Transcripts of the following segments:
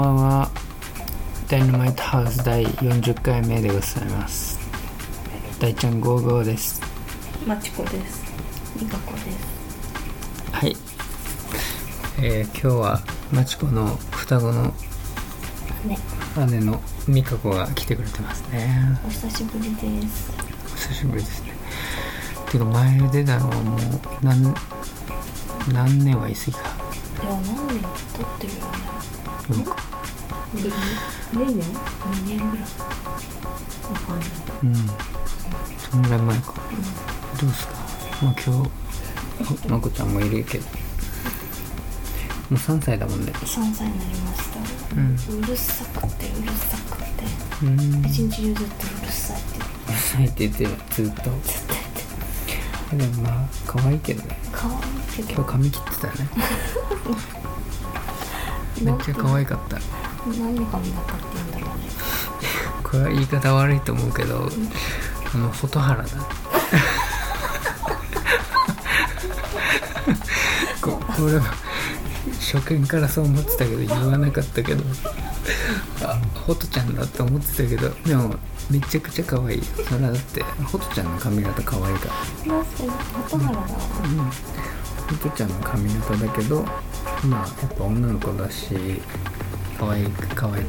ばんは。ダイナマイトハウス第40回目でございます。大ちゃん55です。 まちこです。みかこです。 はい、今日はまちこの双子の姉のみかこが来てくれてますね。 お久しぶりです。 お久しぶりですね。てか前出たのはもう何年は言い過ぎか。 いや、何年経ってるよね。2年ぐらいわかんない。 そんぐらい前か。どうですか。まあ今日まこちゃんもいるけど、もう3歳だもんね。 3歳になりました。うるさくて一日中ずっとうるさいってうるさいって言ってる。ずっとでもまあ可愛いけどね。 可愛いけど今日髪切ってたねめっちゃ可愛かった。 何の髪型って言うんだろうね。 これは言い方悪いと思うけど、蛍原だこれは初見からそう思ってたけど言わなかったけど、ホトちゃんだって思ってたけど、でもめちゃくちゃ可愛い。それはだってホトちゃんの髪型可愛いから。 確かに蛍原だわ。 ホトちゃんの髪型だけど、まあやっぱ女の子だし可愛いと思う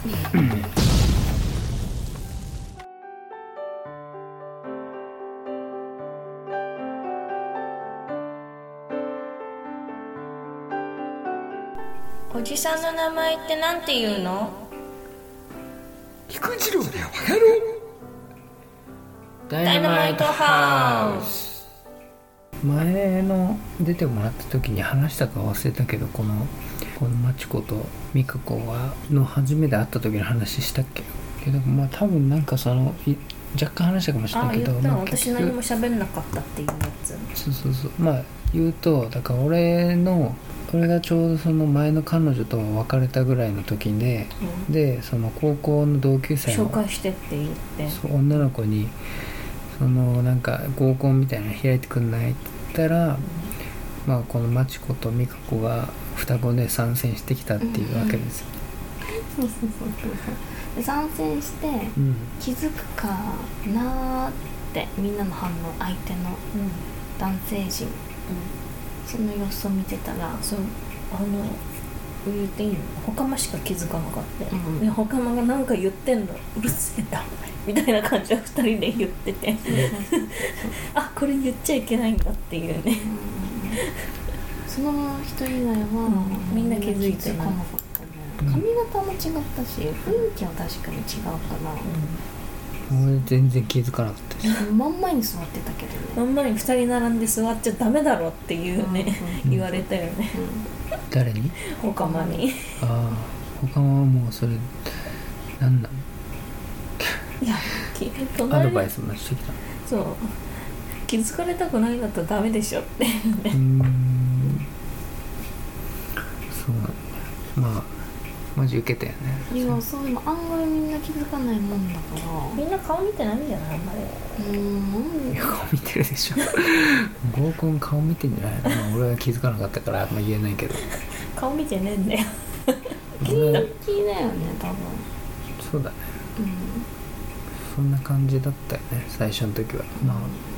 おじさんの名前ってなんて言うの？ 菊次郎だよ、バカ野郎。ダイナマイトハウス。前の出てもらった時に話したか忘れたけど、このまちことみかこの初めて会った時の話したっけ。けどまあ多分なんか若干話したかもしれないけど、 言ったの、私何も喋んなかったっていうやつ。 そうまあ言うと、だから俺がちょうどその前の彼女と別れたぐらいの時で、でその高校の同級生の紹介してって言って、 そう女の子になんか合コンみたいなの開いてくんないって言ったら、まあこのまちことみかこが双子で参戦してきたっていうわけですよ。 そうで参戦して、気づくかなーってみんなの反応、相手の男性陣、その様子を見てたら、 そう言っていいの？ほかましか気づかなかった、でほかまがなんか言ってんの、うるせえだみたいな感じで2人で言っててあ、これ言っちゃいけないんだっていうね、 その人以外は、 みんな気づいてない。 なかったね。髪型も違ったし、雰囲気は確かに違うから、 俺全然気づかなかったし真ん前に座ってたけどね。 真ん前に2人並んで座っちゃダメだろっていうね、言われたよね、 誰に？ ほかまに。 ああ、ほかまはもうそれなんなの？ いや、 アドバイスもしてきた。 そう、気づかれたくないんだったらダメでしょってね。 そうなんだ。まあマジ受けたよね。 いや、そういうの案外みんな気づかないもんだから。 みんな顔見てないんじゃない？あんまり。 いや、顔見てるでしょ合コン顔見てんじゃないの？俺は気づかなかったからあんま言えないけど顔見てねえんだよ気だよね、多分。 そうだね、そんな感じだったよね、最初の時は。まあ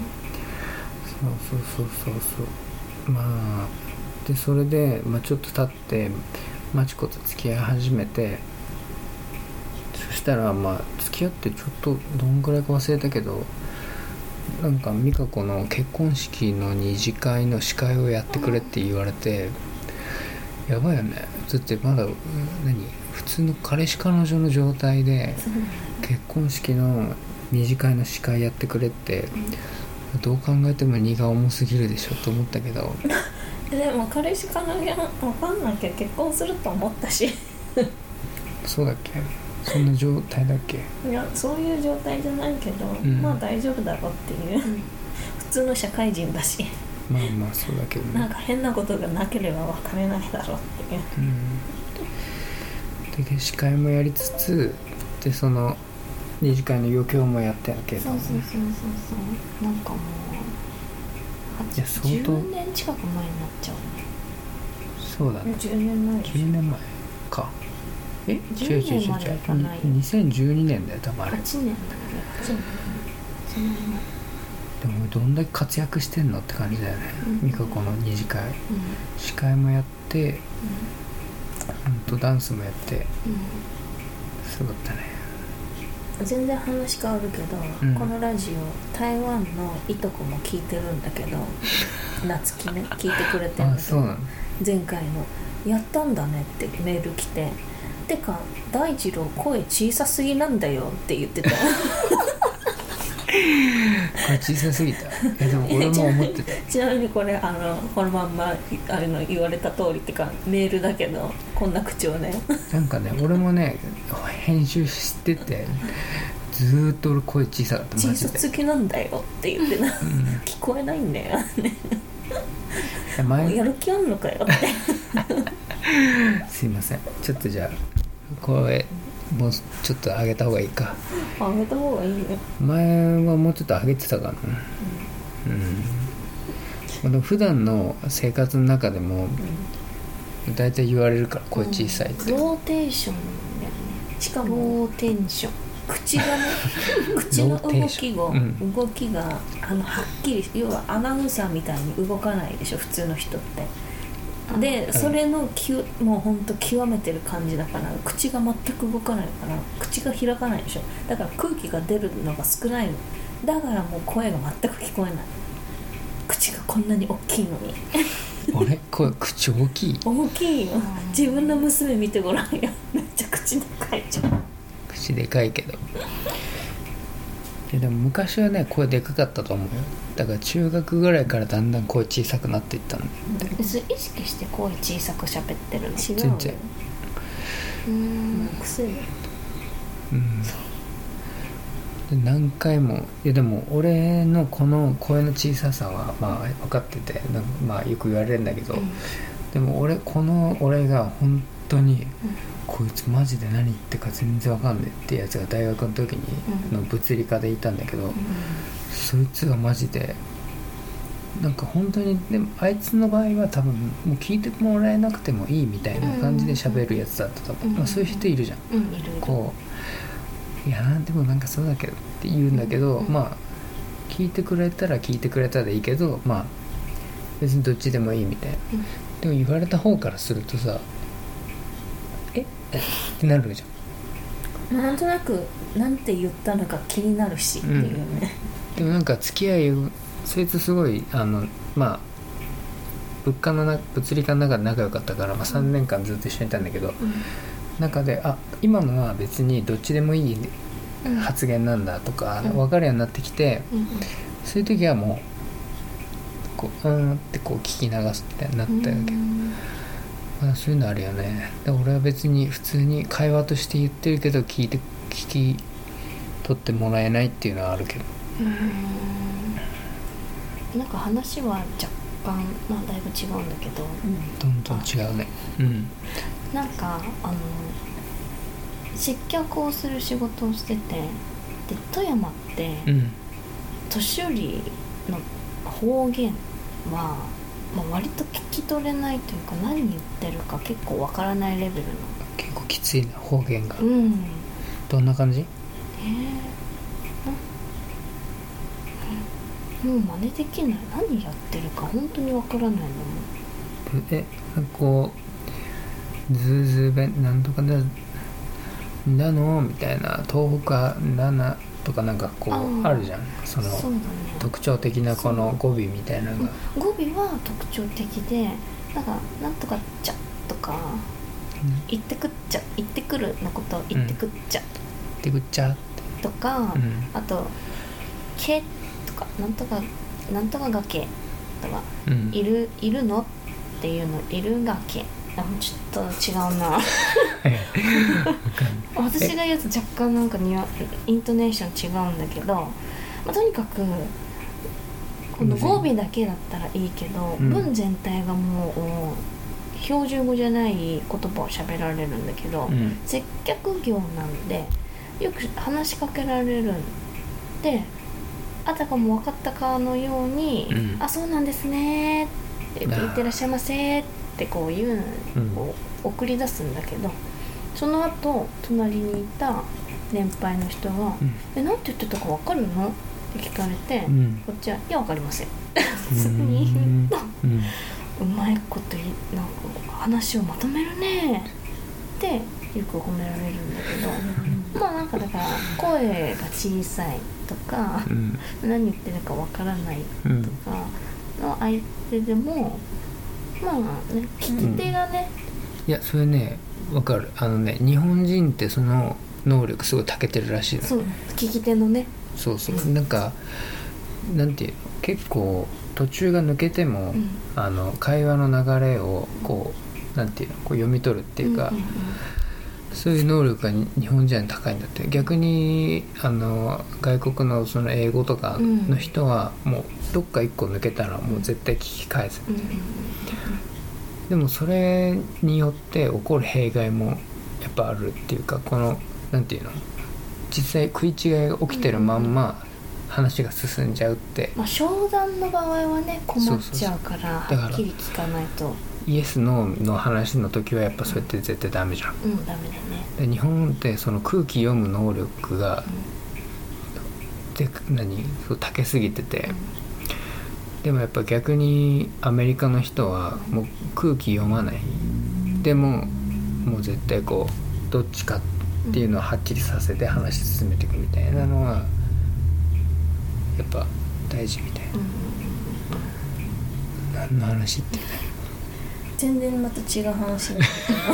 そうまあで、それで、ちょっと経ってまちこと付き合い始めて、そしたら付き合ってちょっとどんぐらいか忘れたけど、なんか美香子の結婚式の二次会の司会をやってくれって言われて、やばいよね。だってまだ普通の彼氏彼女の状態で結婚式の二次会の司会やってくれって、どう考えても荷が重すぎるでしょと思ったけどでも彼氏彼女分かんなきゃ結婚すると思ったしそうだっけ？そんな状態だっけ？ いや、そういう状態じゃないけど、まあ大丈夫だろうっていう、普通の社会人だし、 まあそうだけどね、 なんか変なことがなければ別れないだろうっていう、 で司会もやりつつで、その二次会の余興もやったけど、 そうなんかもう10年近く前になっちゃうね。 そうだね、 10年前 9年前か。 10年までいかないよ。 2012年だよ多分あれ。 8年だよね。そのでもどんだけ活躍してんのって感じだよね、美香子の二次会、司会もやって、ほんとダンスもやって、すごかったね。 全然話変わるけど、このラジオ台湾のいとこも聞いてるんだけど夏希ね聞いてくれてるんだけど、前回のやったんだねってメール来て、てか大二郎声小さすぎなんだよって言ってたこれ小さすぎた。でも俺も思ってたちなみにこれこのまんま言われた通りってかメールだけどこんな口調ねなんかね俺もね編集しててずーっと俺声小さかった。マジで小さすぎなんだよって言ってな、聞こえないんだよねやる気あんのかよってすいません、ちょっとじゃあ声もうちょっと上げた方がいいか。 上げた方がいいね。 前はもうちょっと上げてたかな。でも普段の生活の中でもだいたい言われるから声小さいって、 ローテーションだよね。しかもローテンション、口がね口の動きがはっきり、要はアナウンサーみたいに動かないでしょ普通の人って。でそれのもうほんと極めてる感じだから、口が全く動かないから口が開かないでしょ。だから空気が出るのが少ないの。だからもう声が全く聞こえない。口がこんなに大きいのに俺口大きい？ 大きいよ。自分の娘見てごらんよめっちゃ口でかいじゃん。 口でかいけどでも昔はね声でかかったと思うよ。だから中学ぐらいからだんだん声小さくなっていったの。 それ意識して声小さく喋ってるの？ 違う全然癖でで何回もでも俺のこの声の小ささはまあ分かっててまあよく言われるんだけど、でも俺が本当に、こいつマジで何言ってか全然わかんないってやつが大学の時にの物理科でいたんだけど、そいつがマジでなんか本当に、でもあいつの場合は多分もう聞いてもらえなくてもいいみたいな感じで喋るやつだったと思う。まあ、そういう人いるじゃん、こういやでもなんかそうだけどって言うんだけど、まあ聞いてくれたら聞いてくれたでいいけど、まあ別にどっちでもいいみたいな、でも言われた方からするとさってなるじゃん。 なんとなくなんて言ったのか気になるしっていうね、 でもなんか付き合いそいつすごいまあ物理科の中で仲良かったから、まあ、3年間ずっと一緒にいたんだけど、中で今のは別にどっちでもいい発言なんだとか分かるようになってきて、そういう時はもうこうってこう聞き流すみたいになったわけど、まあ、そういうのあるよね。で俺は別に普通に会話として言ってるけど聞き取ってもらえないっていうのはあるけど、 なんか話は若干、まあ、だいぶ違うんだけど、 どんどん違うね。 なんか接客をする仕事をしてて、で富山って、年寄りの方言は、まあ、割と聞き取れないというか、何言ってるか結構わからないレベルの。 結構きついな方言が。どんな感じ？ もう真似できない。何やってるか本当にわからないのも。 こうズーズー弁なんとかだのみたいな、東北だなとかなんかこうあるじゃん。そうだね、特徴的なこの語尾みたいなのが。 語尾は特徴的で、なんかなんとかっちゃとか、行ってくっちゃ、行ってくるのことを行ってくっちゃ、 行ってくっちゃとか、あとけとかなんとかがけとか、いるのっていうの、いるがけ、ちょっと違うな私が言うと若干なんかイントネーション違うんだけど、まあ、とにかくこの語尾だけだったらいいけど、文全体がもう標準語じゃない言葉を喋られるんだけど、接客業なんでよく話しかけられるんで、あたかも分かったかのように、あ、そうなんですねって言ってらっしゃいませってこう言う、こう送り出すんだけど、 その後隣にいた年配の人は「なんて言ってたか分かるの?」って聞かれて、こっちは「いや分かりません」普通に言うとうまいことなんか話をまとめるねってよく褒められるんだけど、まあなんかだから声が小さいとか、何言ってるかわからないとかの相手でも、まあね聞き手がね、 いやそれねわかる。日本人ってその能力すごい長けてるらしいの。 そう聞き手のね、 そうなんかなんていうの、結構途中が抜けても、会話の流れをこうなんていうの、こう読み取るっていうか、そういう能力が日本人は高いんだって。逆に外国のその英語とかの人はもうどっか一個抜けたらもう絶対聞き返す、でもそれによって起こる弊害もやっぱあるっていうか、このなんていうの、実際食い違いが起きてるまんま話が進んじゃうって、 まあ、商談の場合はね困っちゃうからはっきり聞かないと。 イエスノーの話の時はやっぱそれって絶対ダメじゃん。 ダメだね。 で日本ってその空気読む能力が、そう長けすぎてて、でもやっぱ逆にアメリカの人はもう空気読まない、でももう絶対こうどっちかっていうのをはっきりさせて話進めていくみたいなのはやっぱ大事みたいな、何の話って全然また違う話にな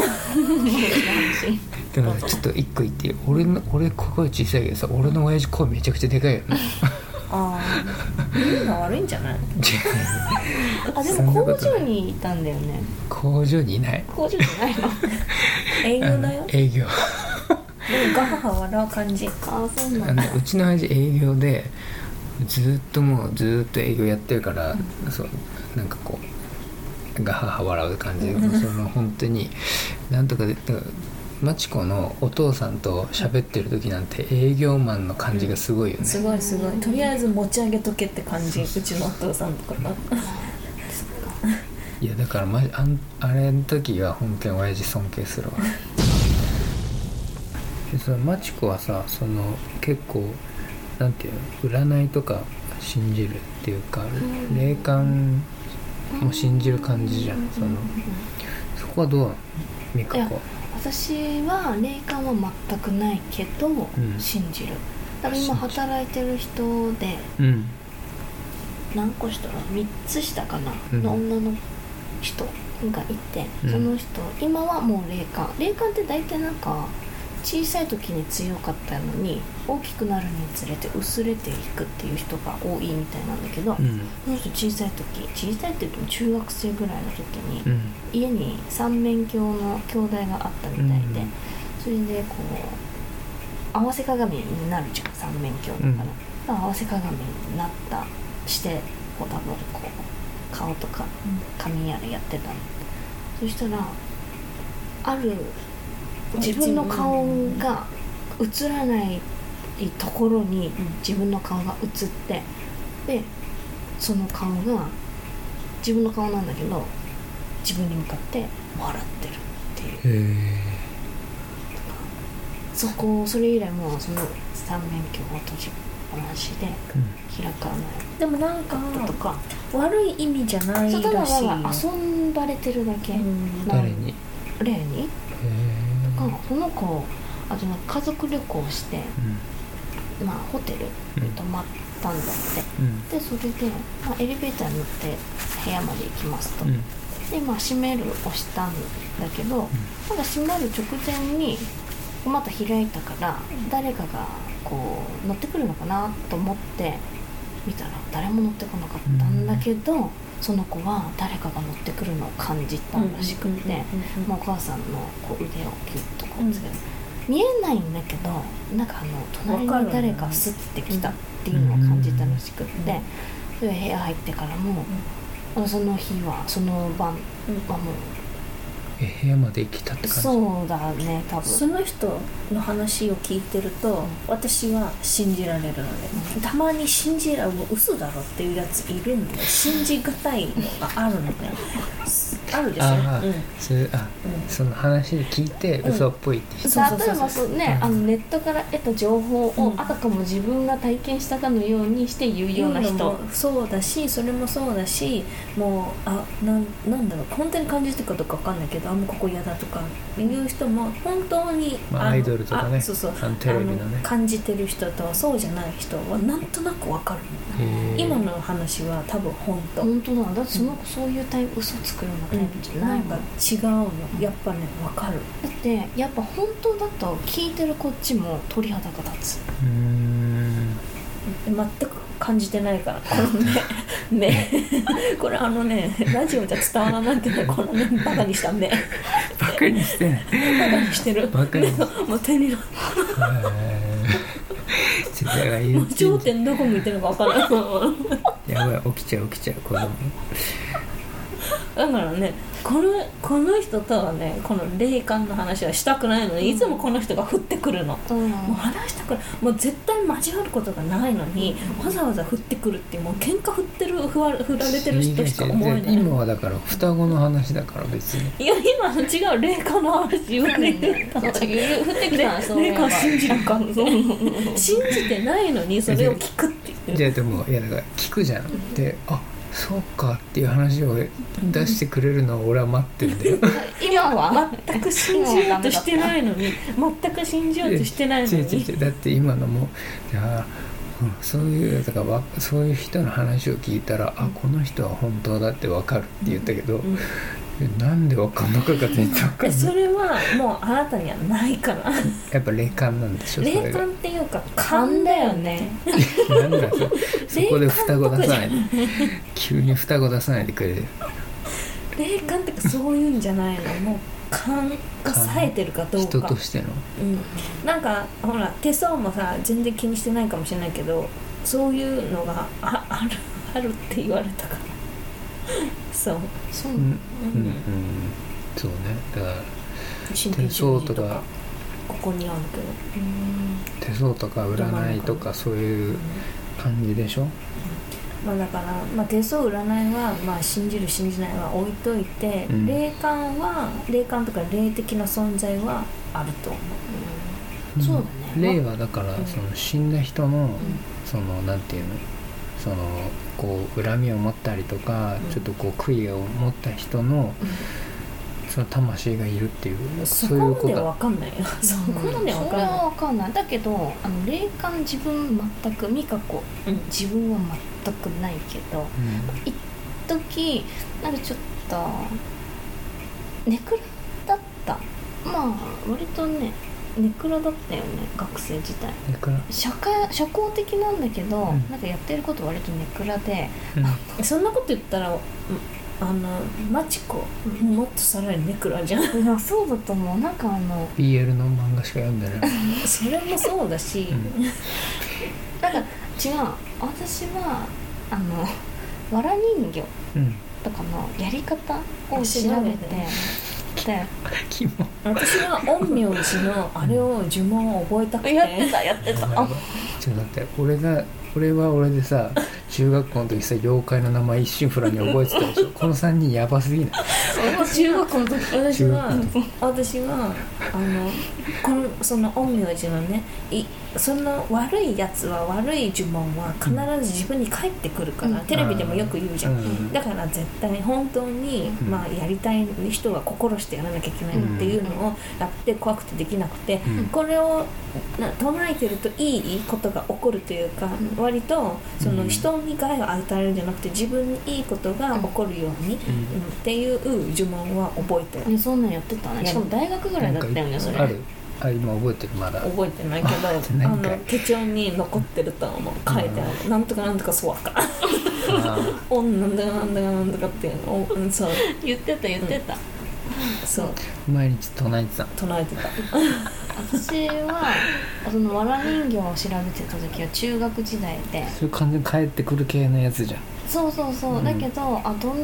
るでもちょっと一個言っていい？俺声小さいけどさ、俺の親父声めちゃくちゃでかいよね。 ああ、耳が悪いんじゃない？ あ、でも工場にいたんだよね。 工場にいない。 工場じゃないの？ 営業だよ。 営業。 でもガハハ笑う感じ。 あ、そうなんだ。 うちの親父営業でずっと営業やってるから、そうなんかこうガハハ笑う感じで、その本当になんとかでマチコのお父さんと喋ってる時なんて営業マンの感じがすごいよね。 すごいとりあえず持ち上げとけって感じ。うちのお父さんとかいやだからあれの時が本当に親父尊敬するわ。でそのマチコはさ、その結構なんていうの、占いとか信じるっていうか、霊感も信じる感じじゃん。そこはどうなの、ミカ子は？ 私は霊感は全くないけど、信じる。だから今働いてる人で、何個下ら3つ下かな、の女の人がいて、その人今はもう霊感って大体なんか小さい時に強かったのに大きくなるにつれて薄れていくっていう人が多いみたいなんだけど、その人小さいって言っても中学生ぐらいの時に、家に三面鏡の兄弟があったみたいで、それでこう合わせ鏡になるじゃん、三面鏡だから、合わせ鏡になったしてこう多分こう顔とか髪やらやってたの。そしたらある自分の顔が映らないところに自分の顔が映って、でその顔が自分の顔なんだけど自分に向かって笑ってるっていう。それ以来もうその三面鏡を閉じっぱなしで開かない、 でもなんかとか悪い意味じゃないらしいよ。 遊んばれてるだけ、 誰に？ 霊に。その子あと家族旅行して、ホテルに泊まったんだって、でそれで、エレベーターに乗って部屋まで行きますと、で閉める押したんだけど、まだ閉まる直前にまた開いたから誰かがこう乗ってくるのかなと思って見たら誰も乗ってこなかったんだけど、その子は誰かが乗ってくるのを感じたらしくて、お母さんのこう腕をキュッとこうつけて、見えないんだけどなんか隣に誰かスッてきたっていうのを感じたらしくって、それで部屋入ってからも、その日はその晩はもう部屋まで来たって感じ。 そうだね、多分その人の話を聞いてると、私は信じられるので、たまに信じられる嘘だろっていうやついるんで、信じがたいのがあるので、 あるでしょ、 そういうその話で聞いて嘘っぽいって人、 例えばそうね、ネットから得た情報をあたかも自分が体験したかのようにして言うような人もそうだし、それもそうだし、もうなんだろう、本当に感じてるかどうか分かんないけど、もうここ嫌だとかいう人も本当に、 アイドルとかね、 そうテレビのね感じてる人とそうじゃない人はなんとなく分かる。今の話は多分本当だ。だってその子そういうタイプ、嘘つくようなタイプじゃないもん。 なんか違うの、やっぱね分かる。 だってやっぱ本当だと聞いてるこっちも鳥肌が立つ。 全く感じてないから、この目これラジオじゃ伝わらないけど、この目バカにした目バカにしてない、 バカにしてる、 バカにもう手に頂点どこ向いてるのか分からないやばい、起きちゃう子供だからね、この人とはね、この霊感の話はしたくないのに、いつもこの人が降ってくるの、もう話したくない、もう絶対交わることがないのに、わざわざ降ってくるって、もう喧嘩振られてる人しか思えない。 今はだから双子の話だから、別にいや今の違う、霊感の話言われてた、降ってきたら霊感信じるか信じてないのにそれを聞くって言ってる。 じゃあでも、いやだから聞くじゃん、で、そうかっていう話を出してくれるのを俺は待ってるんだよ今は全く信じようとしてないのに、全く信じようとしてないのにだって今のもそういうだからそういう人の話を聞いたら、この人は本当だって分かるって言ったけど、なんで分かんのかが全然分かんない。 それはもうあなたにはないからやっぱ霊感なんでしょ、それが霊感っていうか勘だよねなんだそこで双子出さないで急に双子出さないでくれる。 霊感ってかそういうんじゃないの、もう勘が冴えてるかどうか、 人としての、 なんかほら手相もさ全然気にしてないかもしれないけど、そういうのがあるって言われたからそうそうね、だから手相とかここにあるけど、 手相とか占いとかそういう感じでしょ。 だから、手相占いは、信じる信じないは置いといて、霊感とか霊的な存在はあると思う、 そうだね。 霊はだから、その死んだ人の、そのなんていうの、そのこう恨みを持ったりとか、ちょっとこう悔いを持った人の、その魂がいるっていう、 そういうことは分かんないよ。そこまでそれは分かんない。だけど霊感自分全く美香子、自分は全くないけど、一時なんかちょっとネクラだった。割とねネクラだったよね、学生時代。 ネクラ社交的なんだけど、なんかやってること割とネクラで、 そんなこと言ったらマチコ、もっとさらにネクラじゃんそうだと思う。なんか BL の漫画しか読んでないそれもそうだし、 なんか違う、私はわら人形とかのやり方を調べて、 私は陰陽師のあれを呪文を覚えたくてやってたちょっと待って、俺は俺でさ、中学校の時さ、妖怪の名前一瞬フラに覚えてたでしょこの3人やばすぎない？ 中学校の時私はその陰陽師のね、その悪いやつは悪い呪文は必ず自分に返ってくるから、テレビでもよく言うじゃん、だから絶対本当に、やりたい人は心してやらなきゃいけないっていうのをやって怖くてできなくて、これを唱えてるといいことが起こるというか、割とその人に害を与えるんじゃなくて自分にいいことが起こるように、っていう呪文は覚えてる。 そんなんやってたね。しかも大学ぐらいだったよね、それ。 今覚えてる？まだ覚えてないけど手帳に残ってると思う、書いてある、なんとかなんとかそうわかおんなんだかなんだかなんだかっていうのそう言ってた、 そう毎日唱えてた。 私はそのわら人形を調べてた時は中学時代で、 それ完全に帰ってくる系のやつじゃん。 そう、だけどどんな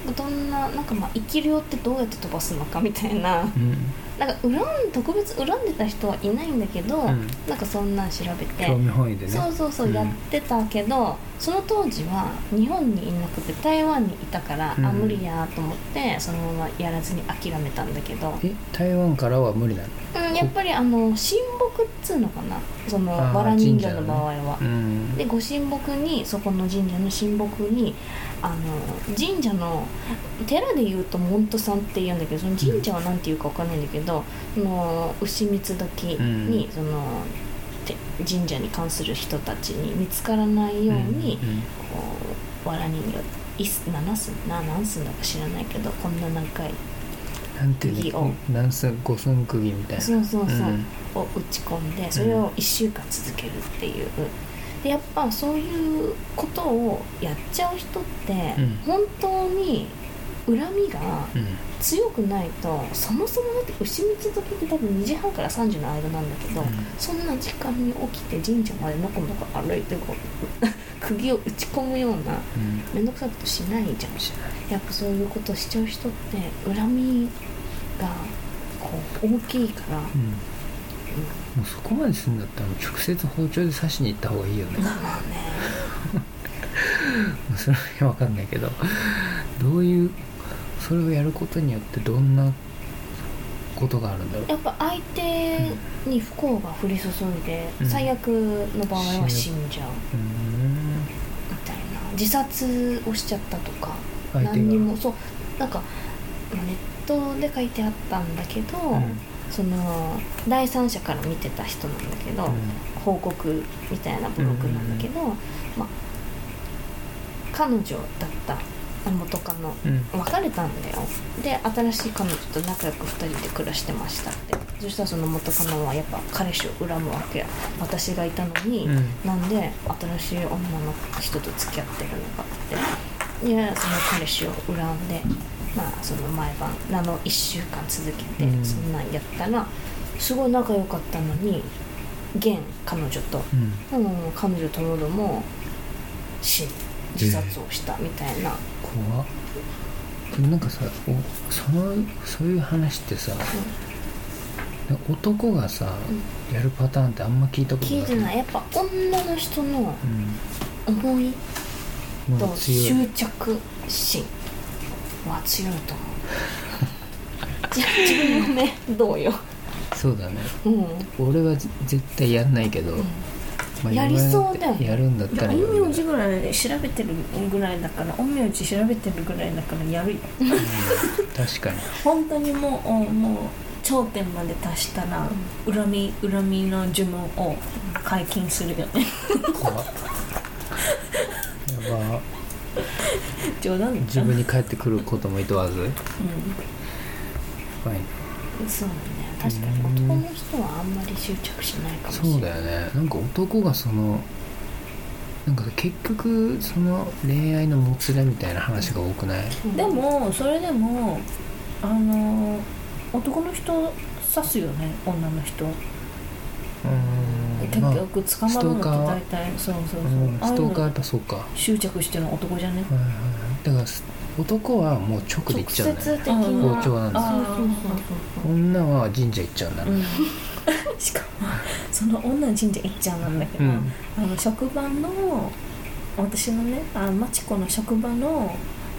どんななんかまあ生き量ってどうやって飛ばすのかみたいな、なんか特別恨んでた人はいないんだけど、なんかそんなん調べて興味本位でね、 そう、やってたけど、その当時は日本にいなくて台湾にいたから、無理やと思ってそのままやらずに諦めたんだけど、 台湾からは無理なの？ やっぱり神木っつうのかな、そのわら人形の場合は、でご神木に、そこの神社の神木に神社の寺でいうとモントさんって言うんだけど、その神社は何て言うか分かんないんだけど、その牛三つ時に、その神社に関する人たちに見つからないように、こうわら人形何寸だか知らないけど、こんな長い釘を 5寸釘みたいな、 そう、を打ち込んで、それを1週間続けるっていう。でやっぱそういうことをやっちゃう人って、本当に恨みが強くないと、そもそもだって牛三つ時って多分2時半から3時の間なんだけど、そんな時間に起きて神社までのこのこ歩いてこう釘を打ち込むような面倒くさいことしないじゃん。やっぱそういうことをしちゃう人って恨みがこう大きいから、 もうそこまでするんだったら直接包丁で刺しに行った方がいいよね。 まあねそれは分かんないけど、どういうそれをやることによってどんなことがあるんだろう。 やっぱ相手に不幸が降り注いで、最悪の場合は死んじゃう、みたいな。自殺をしちゃったとか、何にもそうなんかネットで書いてあったんだけど、その第三者から見てた人なんだけど、報告みたいなブログなんだけど、彼女だった元カノ、別れたんだよ。で新しい彼女と仲良く2人で暮らしてましたって。そしたらその元カノはやっぱ彼氏を恨むわけや。私がいたのに、なんで新しい女の人と付き合ってるのかって。でその彼氏を恨んで、その毎晩1週間続けて、そんなんやったらすごい仲良かったのに、現彼女と、彼女ともども自殺をしたみたいな。 怖っ。でもなんかさ、そういう話ってさ、男がさ、やるパターンってあんま聞いたことない。 聞いてない。やっぱ女の人の思いと執着心は強いと思う。じゃあ自分の目どうよ。 そうだね、俺は絶対やんないけど、 やりそうだよね。 やるんだったら陰陽師ぐらい調べてるぐらいだから、陰陽師調べてるぐらいだからやるよ、 確かに本当にもう頂点まで達したら、恨みの呪文を解禁するよね。 怖っ。やば。 冗談自分に返ってくることもいとわず、怖いね。 そうだね、確かに男の人はあんまり執着しないかもしれない。 そうだよね。なんか男がなんか結局その恋愛のもつれみたいな話が多くない？ でもそれでも男の人刺すよね、女の人。結局捕まるのって大体、そうストーカーやっぱそうか。 執着してるの男じゃね。 だから男はもう直で行っちゃうんだよね。包丁なんですよ。女は神社行っちゃうんだね。 しかもその女の神社行っちゃうんだけど、職場の私のね、マチコの職場の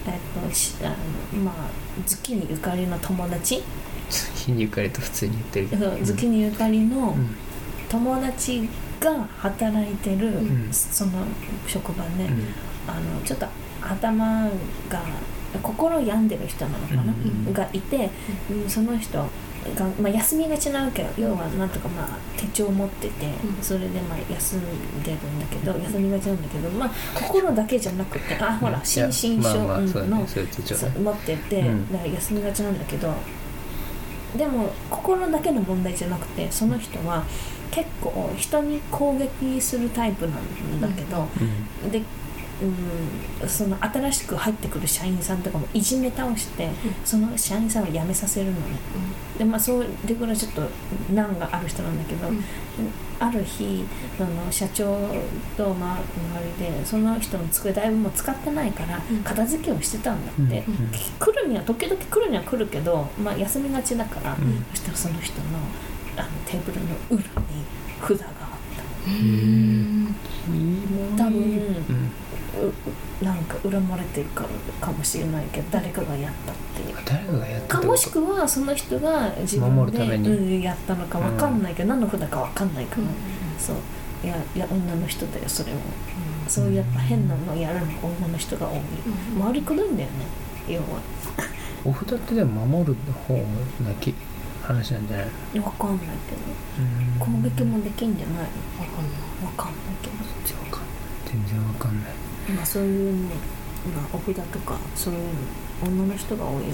月にゆかりの友達、 月にゆかりと普通に言ってるけど、 月にゆかりの友達が働いてる、その職場ね、ちょっと頭が心病んでる人なのかな、がいて、その人が、休みがちなわけよ。要はなんとか手帳を持ってて、それで休んでるんだけど、休みがちなんだけど、心だけじゃなくて、ほら心身症の持ってて、だから休みがちなんだけど、でも心だけの問題じゃなくて、その人は結構人に攻撃するタイプなんだけど、でその新しく入ってくる社員さんとかもいじめ倒して、その社員さんを辞めさせるのね、でそれぐらいちょっと難がある人なんだけど、 ある日社長と周りでその人の机だいぶもう使ってないから片付けをしてたんだって、来るには時々来るには来るけど、まあ、休みがちだから、そしたらその人のテーブルの裏に札があった。多分、なんか恨まれてるからかもしれないけど誰かがやったっていう。 誰かがやったかもしくはその人が自分守るために、 で、やったのか分かんないけど、何の札か分かんないから、そういや女の人だよそれも、そういうやっぱ変なのやるの女の人が多い、回りくどいんだよね要は。 お札ってでも守る方な話なんじゃないの？ 分かんないけど、攻撃もできんじゃないの？分かんないけど全然分かんない。 まあそういうね、まあ、お札とかそういうの女の人が多いよね。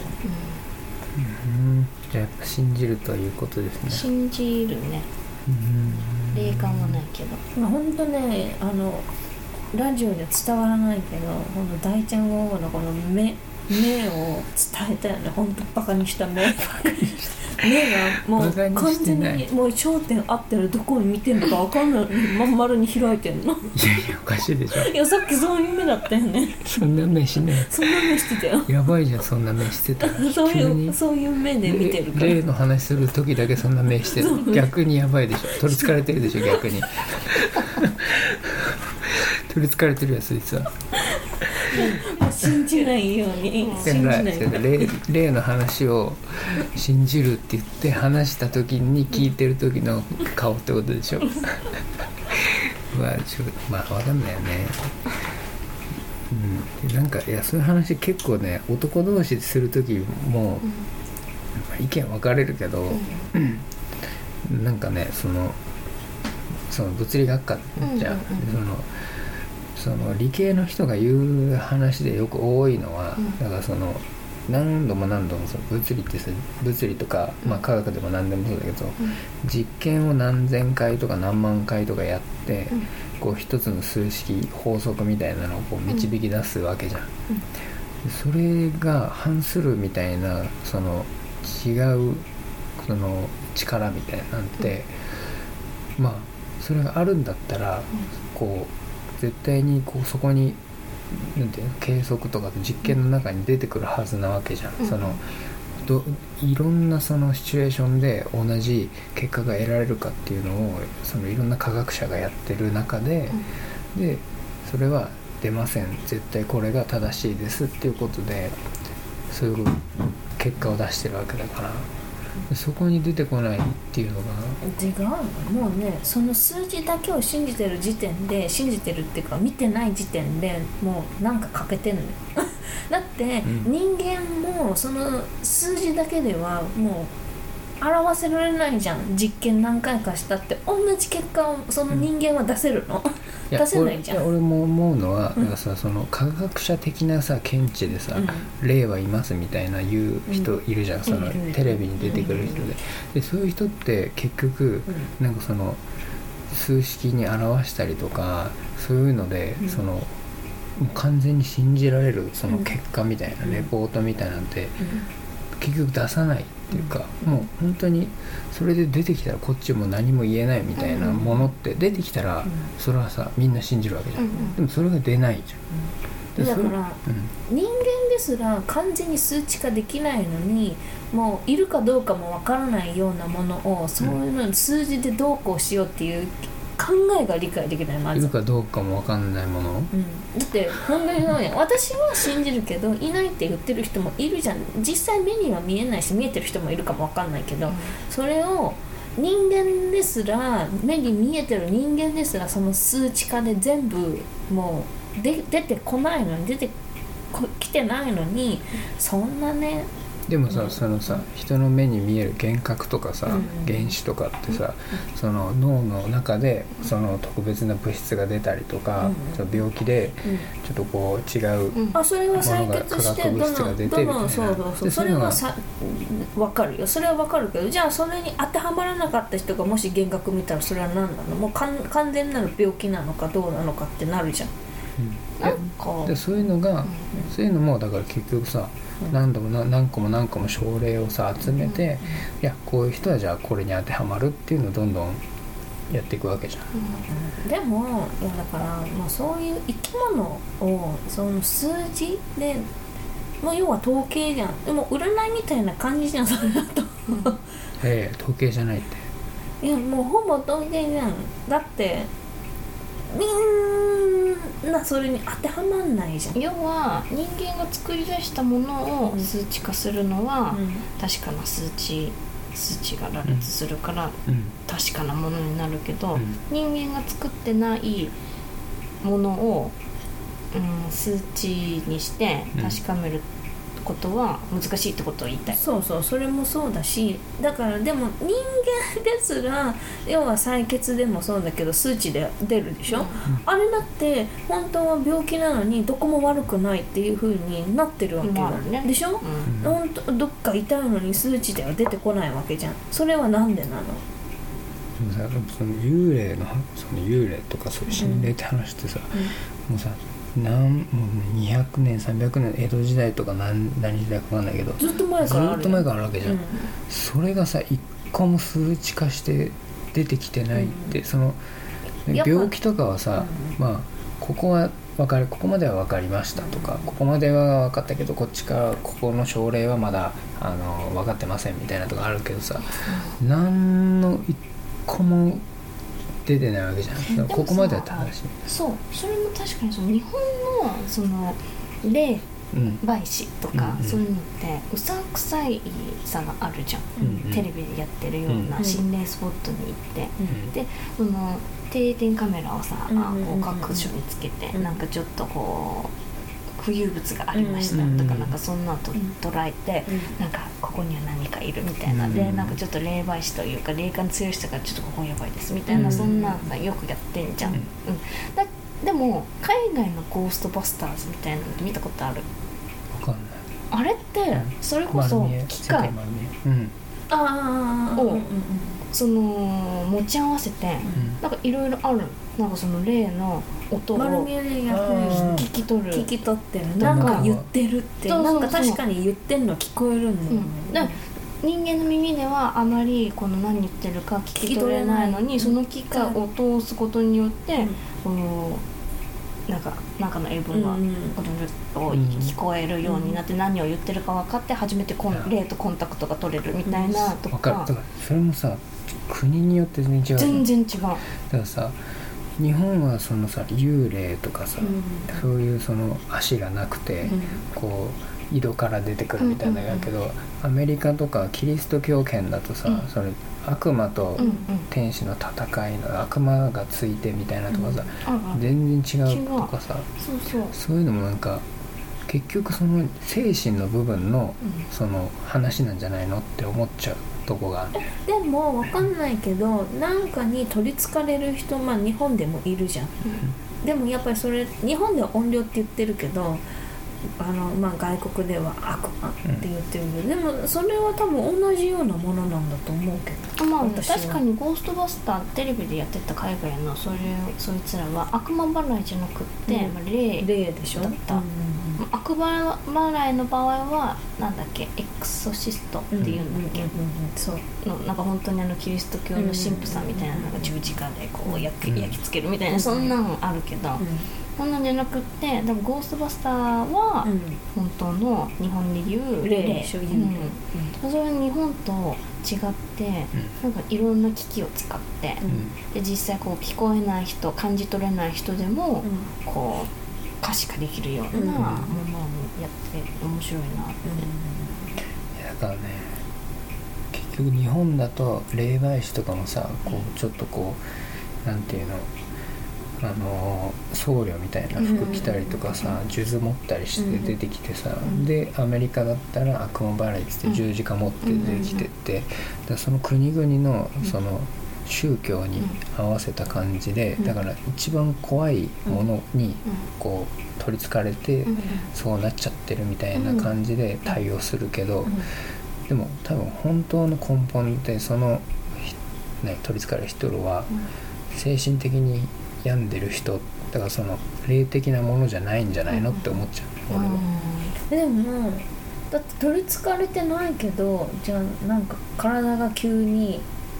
じゃあやっぱ信じるということですね。 信じるね。霊感はないけど。 まあ本当ねラジオで伝わらないけど、本当大ちゃん午後のこの目を伝えたよね。本当バカにした目。目がもう完全にもう焦点合ってる、どこに見てんのか分かんないまん丸に開いてんの。いやおかしいでしょ。 いやさっきそういう目だったよね。 そんな目しない。 そんな目してたよ。 やばいじゃんそんな目してたら。 そういう目で見てるから。 例の話する時だけそんな目してる。逆にやばいでしょ。取りつかれてるでしょ逆に。取りつかれてるやつ実は。 信じないように信じない。 例の話を信じるって言って話した時に聞いてる時の顔ってことでしょ。まあ分かんないよね。なんかいやそういう話結構ね男同士でする時も、意見分かれるけど、なんかねその物理学科じゃん、その理系の人が言う話でよく多いのは、だからその何度もその物理ってさ、物理とか、まあ、科学でも何でもそうだけど、実験を何千回とか何万回とかやって、こう一つの数式法則みたいなのをこう導き出すわけじゃん、それが反するみたいなその違うその力みたいなんて、まあそれがあるんだったら、こう絶対にこうそこになんていうの計測とか実験の中に出てくるはずなわけじゃん、いろんなそのシチュエーションで同じ結果が得られるかっていうのをそのいろんな科学者がやってる中で、でそれは出ません、絶対これが正しいですっていうことでそういう結果を出してるわけだから、そこに出てこないっていうのが違うの。もうねその数字だけを信じてる時点で、信じてるっていうか見てない時点でもうなんか欠けてんのよ。だって人間もその数字だけではもう表せられないじゃん。実験何回かしたって同じ結果をその人間は出せるの、出せないじゃん。 俺も思うのは、だからさその科学者的なさ見地でさ、霊はいますみたいな言う人いるじゃん、そのテレビに出てくる人で、そういう人って結局、なんかその数式に表したりとかそういうので、そのもう完全に信じられるその結果みたいな、レポートみたいなんて、結局出さないっていうか、もう本当にそれで出てきたらこっちも何も言えないみたいなものって出てきたら、それはさみんな信じるわけじゃん、でもそれが出ないじゃん、 だから、人間ですら完全に数値化できないのに、もういるかどうかもわからないようなものをそういうの数字でどうこうしようっていう考えが理解できない。まずいるかどうかもわかんないもの、 だって本当にそうやん。私は信じるけどいないって言ってる人もいるじゃん。実際目には見えないし見えてる人もいるかもわかんないけど、それを人間ですら、目に見えてる人間ですらその数値化で全部もう出てこないのに、出てきてないのに、そんなね。 でもさ、そのさ人の目に見える幻覚とかさ、原子とかってさ、その脳の中でその特別な物質が出たりとか、その病気でちょっとこう違うものが、 それは採血して化学物質が出てみたいな、 それは分かるよ。それは分かるけど、じゃあそれに当てはまらなかった人がもし幻覚見たらそれは何なの？もう完全なる病気なのかどうなのかってなるじゃん。 でそういうのが、そういうのもだから結局さ、何度も何個も症例をさ集めて、いやこういう人はじゃあこれに当てはまるっていうのをどんどんやっていくわけじゃん。 でもいやだから、まあ、そういう生き物をその数字で、まあ、要は統計じゃん。でも占いみたいな感じじゃんそれだと統計じゃないって。 いやもうほぼ統計じゃん。だってみんなそれに当てはまんないじゃん。 要は人間が作り出したものを数値化するのは、確かな数値が羅列するから確かなものになるけど、人間が作ってないものを、数値にして確かめることは難しいってことを言いたい。 そうそう、それもそうだし、だからでも人間ですら要は採血でもそうだけど数値で出るでしょ、あれだって本当は病気なのにどこも悪くないっていう風になってるわけよ、ね、でしょ、本当どっか痛いのに数値では出てこないわけじゃん。それはなんでなの？ その幽霊とかそういう心霊って話ってさ、もうさもう200年300年江戸時代とか何時代か分かんないけどずっと前からあるわけじゃん、それがさ一個も数値化して出てきてないって、その病気とかはさ、まあここまでは分かりましたとか、ここまでは分かったけどこっちからここの症例はまだ分かってませんみたいなとかあるけどさ、何の一個も出てないわけじゃん。ここまでは正しい。 そう、それも確かにその日本のその霊媒師とか、そういうのってうさんくさいさがあるじゃん、テレビでやってるような心霊スポットに行って、でその定点カメラをさ、各所につけて、なんかちょっとこう浮遊物がありましたとか、なんかそんなのと捉えて、なんかここには何かいるみたいな、でなんかちょっと霊媒師というか霊感強い人がちょっとここやばいですみたいな、そんなのよくやってんじゃん、でも海外のゴーストバスターズみたいなのって見たことある？ 分かんない。 あれってそれこそ機械をその持ち合わせて、なんかいろいろある、なんかその霊の音を聞き取ってる、 なんか言ってるって、なんか確かに言ってんの聞こえるんだよね、 人間の耳ではあまりこの何言ってるか聞き取れないのに、その機械を通すことによって、このなんかの英文が聞こえるようになって、何を言ってるか分かって初めて霊とコンタクトが取れるみたいなとか。 だからそれもさ国によって全然違う。 全然違う。 だからさ日本はそのさ幽霊とかさ、そういうその足がなくて、こう井戸から出てくるみたいなのやけど、アメリカとかキリスト教圏だとさ、それ悪魔と天使の戦いの悪魔がついてみたいなとかさ、全然違うとかさ、そういうのもなんか結局その精神の部分のその話なんじゃないのって思っちゃうとこがある。 でも分かんないけど、なんかに取りつかれる人、まあ日本でもいるじゃん、でもやっぱりそれ日本では怨霊って言ってるけど、まあ、外国では悪魔って言ってるけど、でもそれは多分同じようなものなんだと思うけど、 まあ、確かにゴーストバスターテレビでやってた海外のそいつらは悪魔払いじゃなくって、霊でしょだった、悪魔払いの場合はなんだっけ、エクソシストっていうんだっけ、そうのなんか本当にキリスト教の神父さんみたいなのが十字架でこう焼きつけるみたいな、そんなのあるけど、そんなんじゃなくって、でもゴーストバスターは本当の日本でいう霊、それは日本と違って、なんかいろんな機器を使って、で実際こう聞こえない人、感じ取れない人でもこう可視化できるようなものをやって面白いなって、 だからね、結局日本だと霊媒師とかもさ、こうちょっとこうなんていうの、僧侶みたいな服着たりとかさ、数珠持ったりして出てきてさ、でアメリカだったら悪魔払いって十字架持って出てきてって、だその国々のその宗教に合わせた感じで、だから一番怖いものにこう取りつかれてそうなっちゃってるみたいな感じで対応するけど、でも多分本当の根本でその、ね、取りつかれる人は精神的に病んでる人だから、その霊的なものじゃないんじゃないのって思っちゃう、俺は。 でもだって取りつかれてないけど、じゃあなんか体が急に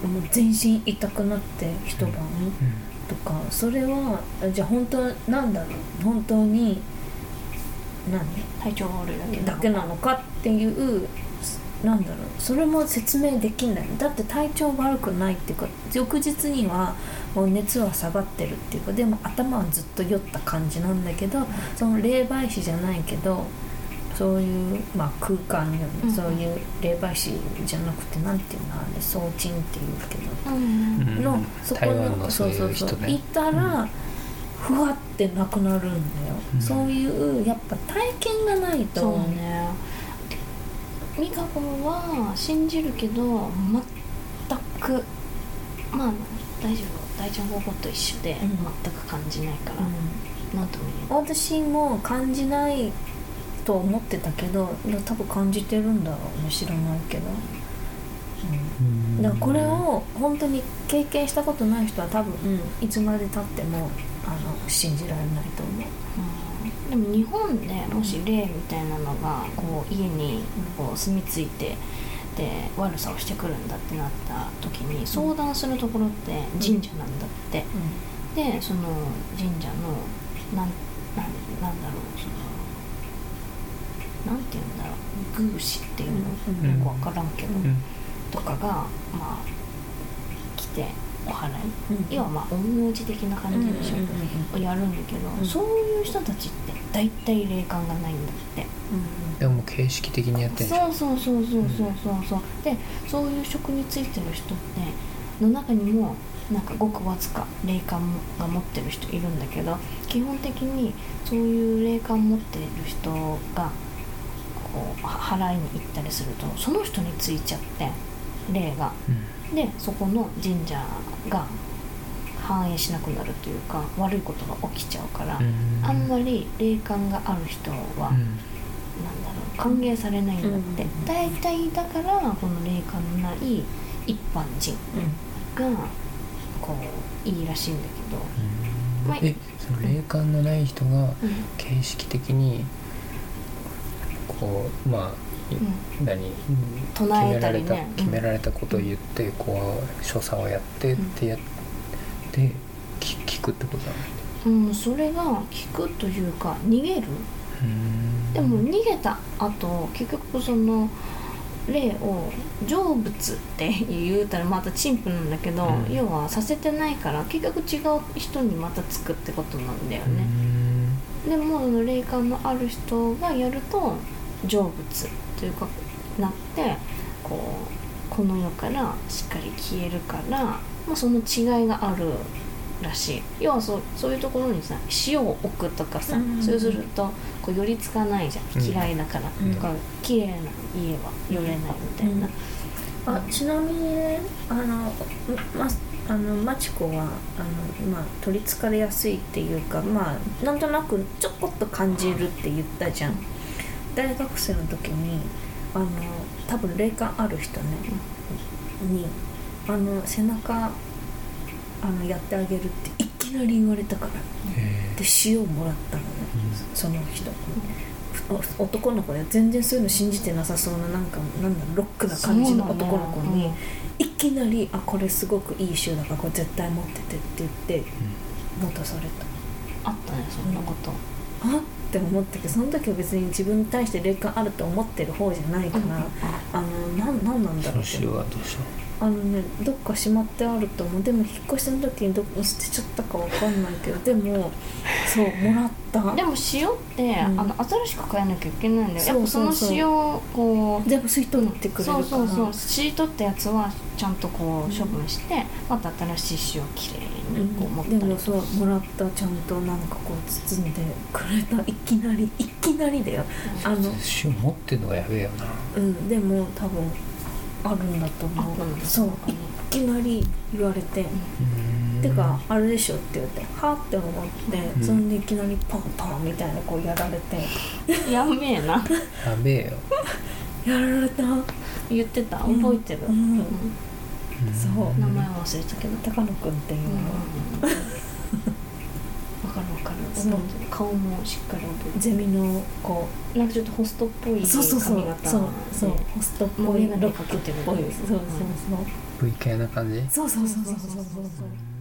もう全身痛くなって一晩とか、それはじゃあ本当なんだろう、本当に体調が悪いだけなのかっていう、なんだろう、それも説明できない。だって体調悪くないっていうか、翌日にはもう熱は下がってるっていうか、でも頭はずっと酔った感じなんだけど、その霊媒師じゃないけどそういう、まあ、空間よね、そういう霊媒師じゃなくてなんていうの、あれ送賃っていうけど、のそこのそういたら、ふわってなくなるんだよ、そういうやっぱ体験がないと。 そうね、ミカ子は信じるけど全くまあ大丈夫、大ちゃんごと一緒で全く感じないから、なんとも言えない。 私も感じないと思ってたけど、多分感じてるんだろうね、知らないけど、だからこれを本当に経験したことない人は多分、いつまで経っても信じられないと思う。 でも日本でもし霊みたいなのがこう家にこう住み着いてで悪さをしてくるんだってなった時に相談するところって神社なんだって、でその神社のなんだろう、そのなんていうんだろう、宮司っていうの、よくわからんけど、とかがまあ来てお祓い、要はまあ陰陽師的な感じでしょ、をやるんだけど、そういう人たちって大体霊感がないんだって、 でも形式的にやってるんでしょ。 そうで、そういう職に就いてる人っての中にもなんかごくわずか霊感が持ってる人いるんだけど、基本的にそういう霊感持ってる人がこう払いに行ったりするとその人についちゃって霊が、でそこの神社が反映しなくなるというか悪いことが起きちゃうから、あんまり霊感がある人は、なんだろう、歓迎されないんだって、大体だからこの霊感のない一般人がこういいらしいんだけど、 その霊感のない人が形式的にこうまあ唱えたりね、 決められたことを言って、こう所作をやってってやって聞くってことなの。 それが聞くというか逃げる。でも逃げた後結局その霊を成仏って言うたらまた陳腐なんだけど、要はさせてないから結局違う人にまたつくってことなんだよね。でもその霊感のある人がやると成仏というかなってこの世からしっかり消えるから、まあ、その違いがあるらしい。要はそういうところにさ塩を置くとかさ、そうするとこう寄りつかないじゃん、嫌いだから、とか綺麗な家は寄れないみたいな、 ちなみにね、マチコは取りつかれやすいっていうか、なんとなくちょこっと感じるって言ったじゃん。大学生の時に多分霊感ある人ね、に背中やってあげるっていきなり言われたから、で塩をもらったのね、その人男の子で全然そういうの信じてなさそうななんだろう、ロックな感じの男の子に、いきなりこれすごくいい塩だからこれ絶対持っててって言って渡された。 あったね、そんなこと。 って思ったけど、その時は別に自分に対して霊感あると思ってる方じゃないから、なんなんだろうって。 その塩はどうしよう。 どっかしまってあると思う。でも引っ越しの時にどこ捨てちゃったかわかんないけど、でもそうもらった。 でも塩って、新しく買えなきゃいけないんだよ。やっぱその塩をこう全部吸い取ってくれるから、 吸い取ったやつはちゃんとこう処分して、また新しい塩をきれいにこう持ったりとか、 でもそうもらった、ちゃんとなんかこう包んでくれた。いきなりだよ。 塩持ってんのがやべえよな。 でも多分あるんだと思う。そういきなり言われて、てかあれでしょって言ってはって思って、そんでいきなりパンパンみたいなこうやられてやべえな。 やべえよ。 やられた。 言ってた、覚えてる。 そう名前忘れたけど高野くんっていうの。 わかる。 そう顔もしっかり覚えてゼミのこなんかちょっとホストっぽい髪型そうそうそうそうそうでホストっぽいもう眼鏡ロックかけてるっぽいんですそうそうそう V 系な感じ。 そうそうそうそうそうそうそう